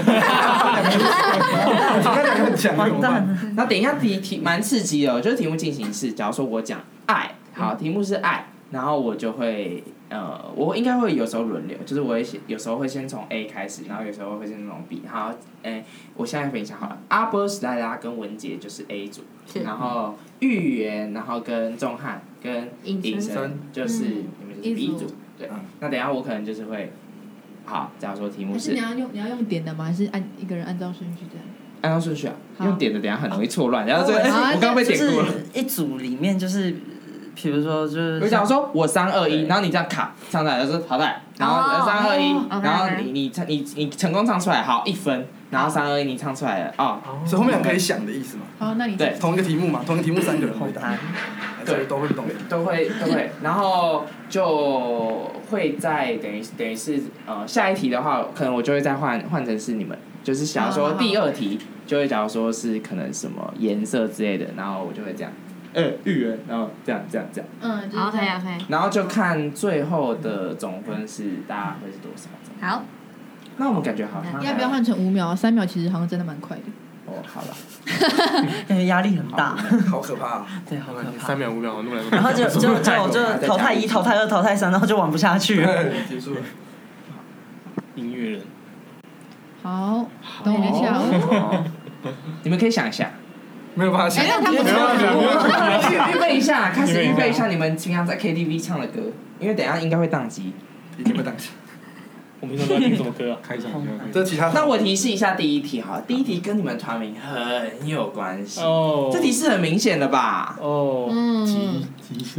Speaker 3: 完蛋。
Speaker 1: 那等一下题题蛮刺激的，就是题目进行式。假如说我讲爱，好，题目是爱，然后我就会呃，我应该会有时候轮流，就是我会先有时候会先从 A 开始，然后有时候会先从 B。好，哎，我现在分享好了，阿波、史黛拉跟文杰就是 A 组。然后玉圆，然后跟钟汉跟尹生就是你们就是 B 组，对。那等一下我可能就是会，好，假如说题目是，
Speaker 4: 你要用你要用点的吗？还是按一个人按照顺序这样？
Speaker 1: 按照顺序啊，用点的等一下很容易错乱。然后这我刚刚被点过了。
Speaker 3: 一组里面就是，比如说就是，
Speaker 1: 我假如说我三二一，然后你这样卡唱出来就是好来，然后三二一，然后你你唱你你成功唱出来好一分。然后三二一，你唱出来了哦，
Speaker 8: 所以后面可以想的意思嘛？
Speaker 4: 好，那你
Speaker 1: 对
Speaker 8: 同一个题目嘛，同一个题目三个人回答，对，都会动，
Speaker 1: 都会都会，然后就会在等于等于是呃下一题的话，可能我就会再换换成是你们，就是假如说第二题就会假如说是可能什么颜色之类的，然后我就会这样，呃芋圆，然后这样这样这样，
Speaker 5: 嗯，好，可以啊，可以。
Speaker 1: 然后就看最后的总分是大家会是多少。
Speaker 5: 好。
Speaker 1: 那我们感觉好像
Speaker 4: 要不要换成五秒？三秒其实好像真的蛮快的。
Speaker 1: 哦，好了，
Speaker 3: 感觉压力很大，
Speaker 8: 好可怕啊！
Speaker 3: 对，好可怕。
Speaker 6: 三秒五秒，那么
Speaker 3: 然后就就就就淘汰一、淘汰二、淘汰三，然后就玩不下去了。
Speaker 8: 结束了。
Speaker 6: 音乐人。
Speaker 4: 好，等我一下哦。
Speaker 1: 你们可以想一下。
Speaker 8: 没有办法想。
Speaker 1: 没有
Speaker 8: 没有
Speaker 1: 办法。预备一下，开始预备一下你们平常在 K T V 唱的歌，因为等一下应该会宕机。
Speaker 8: 一定会宕机。
Speaker 6: 我们平常都在听什么歌啊？
Speaker 7: 开场一下。
Speaker 8: 这其他。
Speaker 1: 那我提示一下第一题哈，第一题跟你们团名很有关系。
Speaker 6: 哦。
Speaker 1: 这题是很明显的吧？
Speaker 6: 哦。
Speaker 4: 嗯。
Speaker 7: 提提示。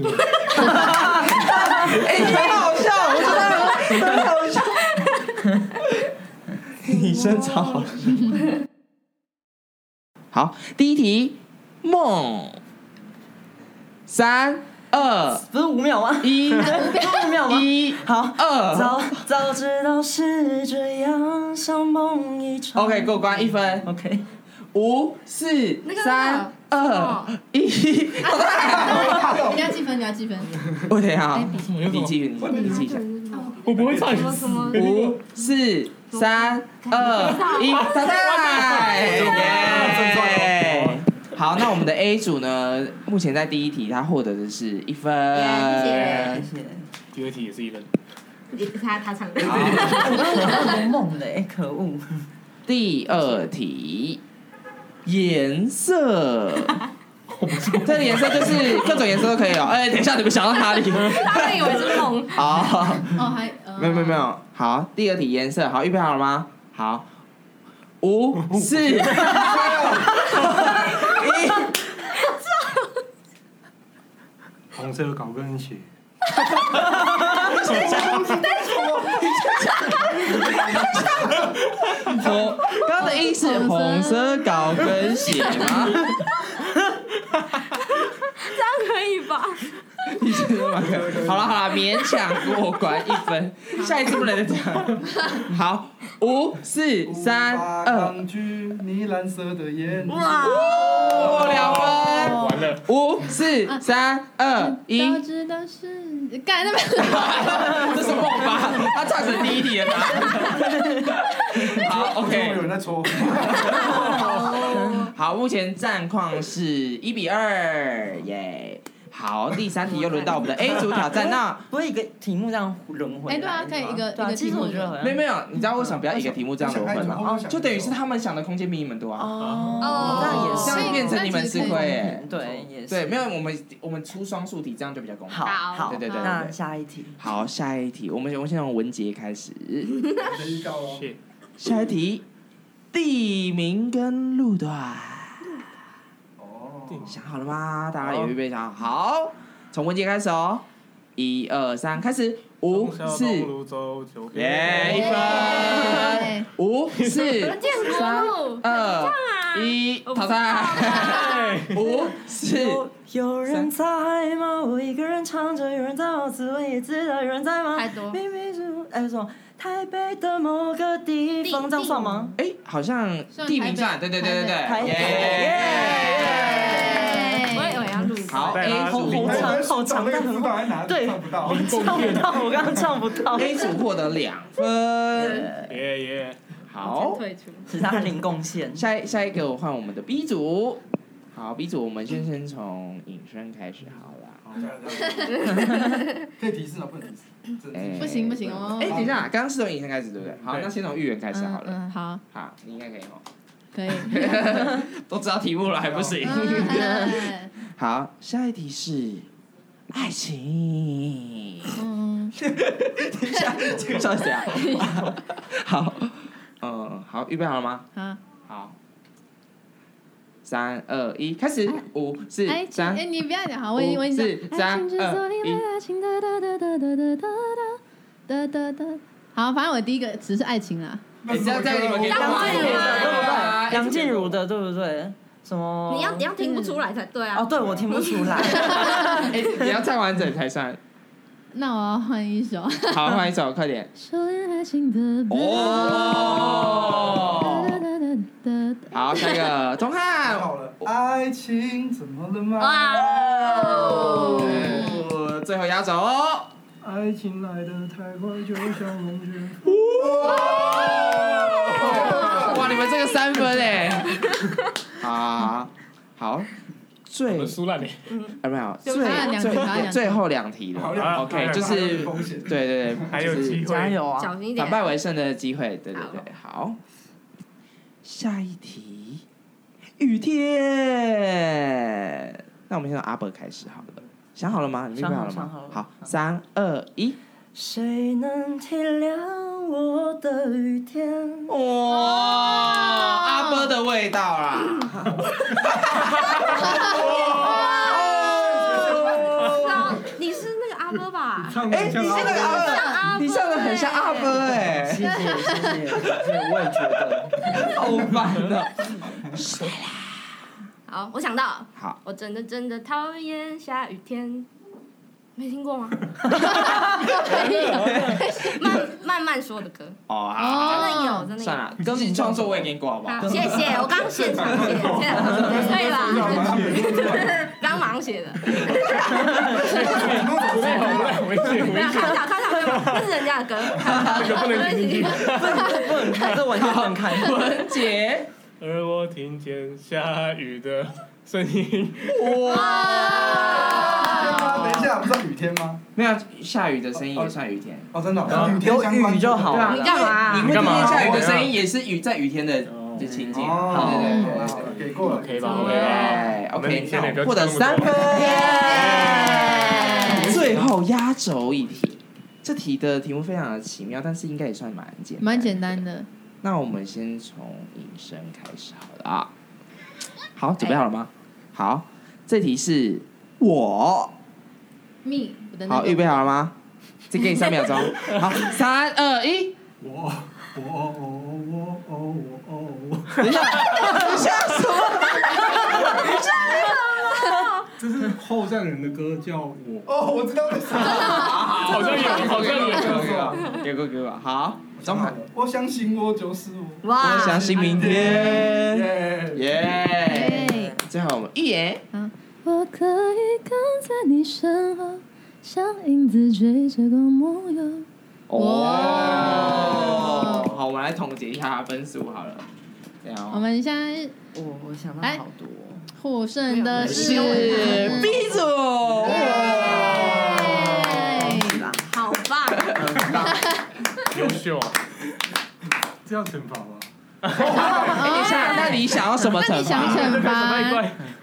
Speaker 1: 哎，很好笑，我觉得很好笑。你真超好笑。好，第一题，梦。三。二
Speaker 3: 不是五秒吗？
Speaker 1: 一
Speaker 3: 五秒吗？
Speaker 1: 一
Speaker 3: 好，
Speaker 1: 二
Speaker 3: 早早知道是这样，像梦一场。
Speaker 1: OK， 过关一分。
Speaker 3: OK，
Speaker 1: 五四三二一，
Speaker 4: 你要计分，你要计分。
Speaker 1: 我等一下，你记，你你记一下。
Speaker 6: 我不会唱。
Speaker 1: 五四三二一，淘汰！耶！好，那我们的 A 组呢？目前在第一题，他获得的是一分。
Speaker 5: 谢
Speaker 3: 谢。
Speaker 6: 第二题也是一分。
Speaker 5: 他他唱歌。
Speaker 3: 我刚刚很多梦的，哎，可恶。
Speaker 1: 第二题，颜色。这个颜色就是各种颜色都可以哦。哎，等一下，你们想到哪里？
Speaker 5: 他们以为是梦。
Speaker 1: 好，
Speaker 4: 哦还
Speaker 1: 没有没有没有，好，第二题颜色，好，预备好了吗？好，五四一。
Speaker 7: 红色高跟鞋。
Speaker 1: 我刚刚的音是红色高跟鞋吗？
Speaker 5: 这样可以吧？
Speaker 1: 你觉得蛮可以？好了好了，勉强过关一分，下一次不能再这样。好，五四三二，
Speaker 8: 抗拒你蓝色的眼睛。
Speaker 1: 哇，两分，
Speaker 6: 完了，
Speaker 1: 五四三二一。
Speaker 4: 都知道是，干那边。
Speaker 1: 这是梦吧？他唱成第一题了吗？好 ，OK。
Speaker 8: 有人在戳。
Speaker 1: 好，目前战况是一比二，耶。好，第三题又轮到我们的 A 组挑战，那
Speaker 3: 不会一个题目这样轮回？
Speaker 4: 哎，对啊，可以一个一个题目。
Speaker 3: 其实我觉得好像
Speaker 1: 没有没有，你知道为什么不要一个题目这样轮回吗？就等于是他们想的空间比你们多啊。
Speaker 3: 哦，这样也
Speaker 1: 这
Speaker 3: 是，
Speaker 1: 样变成你们吃亏哎。
Speaker 3: 对，也是。
Speaker 1: 对，没有我们我们出双数题，这样就比较公平。
Speaker 3: 好，好，
Speaker 1: 对对对。
Speaker 3: 那下一题。
Speaker 1: 好，下一题，我们我们先从文杰开始。
Speaker 8: 预告哦。
Speaker 1: 下一题，地名跟路段。
Speaker 8: 哦。
Speaker 1: 想好了吗？大家有预备想好？好，从文杰开始哦。一二三，开始。五四，耶，一分。五四三二一，淘汰。五四。
Speaker 3: 有人在吗？我一个人唱着，有人在吗？自问也知道有人在吗？
Speaker 5: 太多。
Speaker 3: 明明是哎什么？台北的某个地方，这样算吗？
Speaker 1: 哎，好像地名算，对对对对对，
Speaker 3: 耶！
Speaker 5: 我以为要录。
Speaker 1: 好 ，A
Speaker 3: 好
Speaker 1: 组
Speaker 3: 长好长，但很对，
Speaker 8: 唱不到，
Speaker 3: 唱不到，我刚刚唱不到。
Speaker 1: A 组获得两分，
Speaker 6: 耶耶。
Speaker 1: 好，
Speaker 5: 退出。
Speaker 3: 只是他零贡献。
Speaker 1: 下下一个我换我们的 B 组，好 B 组我们先先从尹轩开始好了。
Speaker 8: 可以提示吗？不能提示。
Speaker 4: 不行不行哦。
Speaker 1: 哎，等一下，刚刚是从尹轩开始对不对？好，那先从玉圆开始好了。
Speaker 4: 嗯，好。
Speaker 1: 好，你应该可以哦。
Speaker 4: 可以。
Speaker 1: 都知道题目了还不行。好，下一题是爱情。嗯。等一下，这个叫谁啊？好，嗯，好，预备好了吗？
Speaker 4: 好。
Speaker 1: 好。三二一，开始！五四三，
Speaker 4: 哎，你不要讲，好，我我
Speaker 1: 四三二一。
Speaker 4: 好，反正我第一个词是爱情啦。
Speaker 1: 哎，这样这样你们可以。
Speaker 3: 梁静茹的对不对？梁静茹的对不对？什么？
Speaker 5: 你要你要听不出来才对啊。
Speaker 3: 哦，对，我听不出来。
Speaker 1: 哎，你要唱完整才算。
Speaker 4: 那我要换一首。
Speaker 1: 好，换一首，快点。
Speaker 4: 哦。
Speaker 1: 好，下一个钟汉。
Speaker 8: 好了，爱情怎么了吗？
Speaker 1: 哇！最后压轴哦。
Speaker 8: 爱情来得太快，就像龙卷。
Speaker 1: 哇！你们这个三分哎。好，好，最
Speaker 6: 输了你。
Speaker 1: 啊没有，最最最后两题了。OK， 就是对对对，
Speaker 6: 还有机会，
Speaker 3: 加油啊！
Speaker 1: 反败为胜的机会，对对对，好。下一题，雨天。那我们先从阿伯开始好了，想好了吗？你预备好了吗？好，三二一。
Speaker 3: 谁能体谅我的雨天？
Speaker 1: 哇，阿伯的味道啦！
Speaker 5: 你是那个阿伯吧？
Speaker 1: 哎，你是那个阿伯，你唱的很像阿伯哎。
Speaker 3: 谢谢谢谢谢谢，我也觉得。
Speaker 1: 好烦哦。
Speaker 5: 谁啦？好，我想到。
Speaker 1: 好。
Speaker 5: 我真的真的讨厌下雨天。没听过吗？慢慢慢说的歌。
Speaker 1: 哦，
Speaker 5: 真的有，真的有。
Speaker 1: 算了，歌名创作我也给你过好不好？
Speaker 5: 谢谢，我刚现场写，可以吧？刚忙写的。
Speaker 6: 不要不要，
Speaker 5: 不要，看到看到，这是人家的歌。
Speaker 6: 这个不能听进去，
Speaker 3: 不能看，这完全不能看。
Speaker 1: 文杰。
Speaker 6: 而我听见下雨的声音。
Speaker 1: 哇！
Speaker 8: 吗？等一下，不是雨天吗？
Speaker 1: 没有，下雨的声音也算雨天。
Speaker 8: 哦，真的，
Speaker 3: 雨天相关就好了。
Speaker 5: 你干嘛？
Speaker 1: 你会听见下雨的声音，也是雨在雨天的的情境。
Speaker 8: 哦，
Speaker 1: 对对
Speaker 8: 对，给过了，
Speaker 6: 可以吧
Speaker 1: ？OK， OK， 获得三分。最后压轴一题，这题的题目非常的奇妙，但是应该也算蛮简单，
Speaker 4: 蛮简单的。
Speaker 1: 那我们先从引申开始好了啊。好，准备好了吗？好，这题是我。
Speaker 4: me，
Speaker 1: 好，预备好了吗？再给你三秒钟。好，三二一。
Speaker 7: 我我我我我我。
Speaker 1: 等一下，等一下什么？
Speaker 7: 这是后站人的歌，叫我。
Speaker 8: 哦，我知道是啥。
Speaker 6: 好像有，好像有。
Speaker 1: 给过给过，好，中海。
Speaker 8: 我相信我就是我。
Speaker 5: 哇！
Speaker 1: 我相信明天。
Speaker 8: 耶
Speaker 1: 耶！最后我们预言。
Speaker 2: 我可以跟在你身后，像影子追着光梦游。
Speaker 1: 哦，好，我们来统计一下分数好了。这样、哦。
Speaker 4: 我们现在，
Speaker 3: 我我想到好多。
Speaker 4: 获胜的是
Speaker 1: B 组。
Speaker 5: 好棒！
Speaker 6: 优秀。
Speaker 7: 这样惩罚吗？
Speaker 1: 哎，等一下，那你想要什么惩罚？
Speaker 4: 那你想惩罚？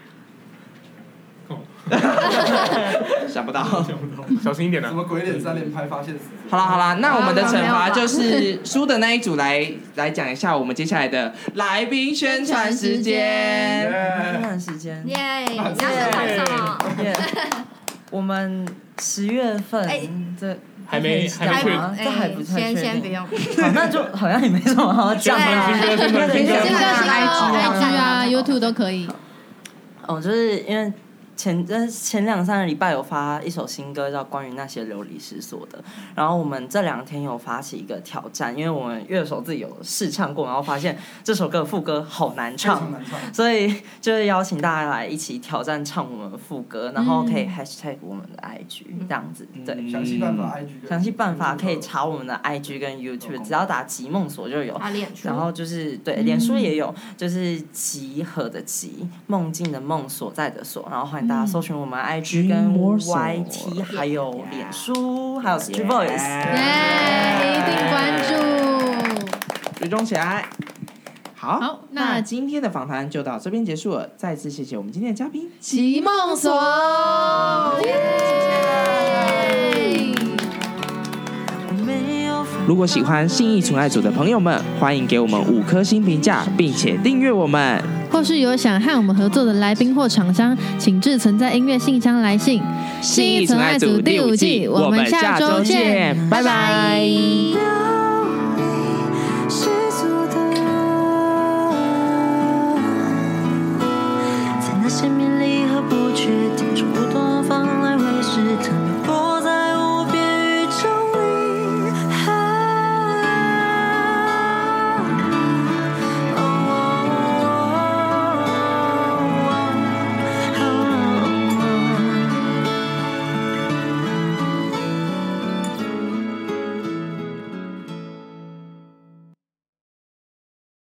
Speaker 1: 想不到，
Speaker 6: 小心一点啊！
Speaker 8: 什么鬼脸三连拍发现死？
Speaker 1: 好啦好啦，那我们的惩罚就是输的那一组来来讲一下我们接下来的来宾宣传时间。
Speaker 3: 宣传时间。
Speaker 5: 耶！你要宣传什么？
Speaker 3: 我们十月份这
Speaker 6: 还没还没确，
Speaker 3: 这还不太确定。
Speaker 5: 先先不用。
Speaker 3: 好，那就好像也没什么好讲的。
Speaker 6: 新歌新歌新歌，
Speaker 4: 新歌 I G 啊 YouTube 都可以。
Speaker 3: 哦，就是因为。前呃前两三个礼拜有发一首新歌，叫《关于那些流离失所的》。然后我们这两天有发起一个挑战，因为我们乐手自己有试唱过，然后发现这首歌的副歌好难唱，所以就是邀请大家来一起挑战唱我们的副歌，然后可以 hashtag 我们的 I G 这样子。对，
Speaker 8: 详细办法 I G。
Speaker 3: 详细办法可以查我们的 I G 跟 YouTube， 只要打集梦所就有。然后就是对，脸书也有，就是集合的集，梦境的梦，所在的所，然后欢迎大家搜寻我们 I G 跟 Y T， 还有脸书，还有 Street Voice，
Speaker 4: 耶，一定关注，
Speaker 1: 追踪起来。好，
Speaker 4: 好，
Speaker 1: 那今天的访谈就到这边结束了。再次谢谢我们今天的嘉宾
Speaker 4: 集梦所，
Speaker 1: 如果喜欢信义纯爱组的朋友们，欢迎给我们五颗星评价，并且订阅我们。
Speaker 4: 或是有想和我们合作的来宾或厂商，请至存在音乐信箱来信。
Speaker 1: 信义纯爱组第五季，我们下周见，拜拜。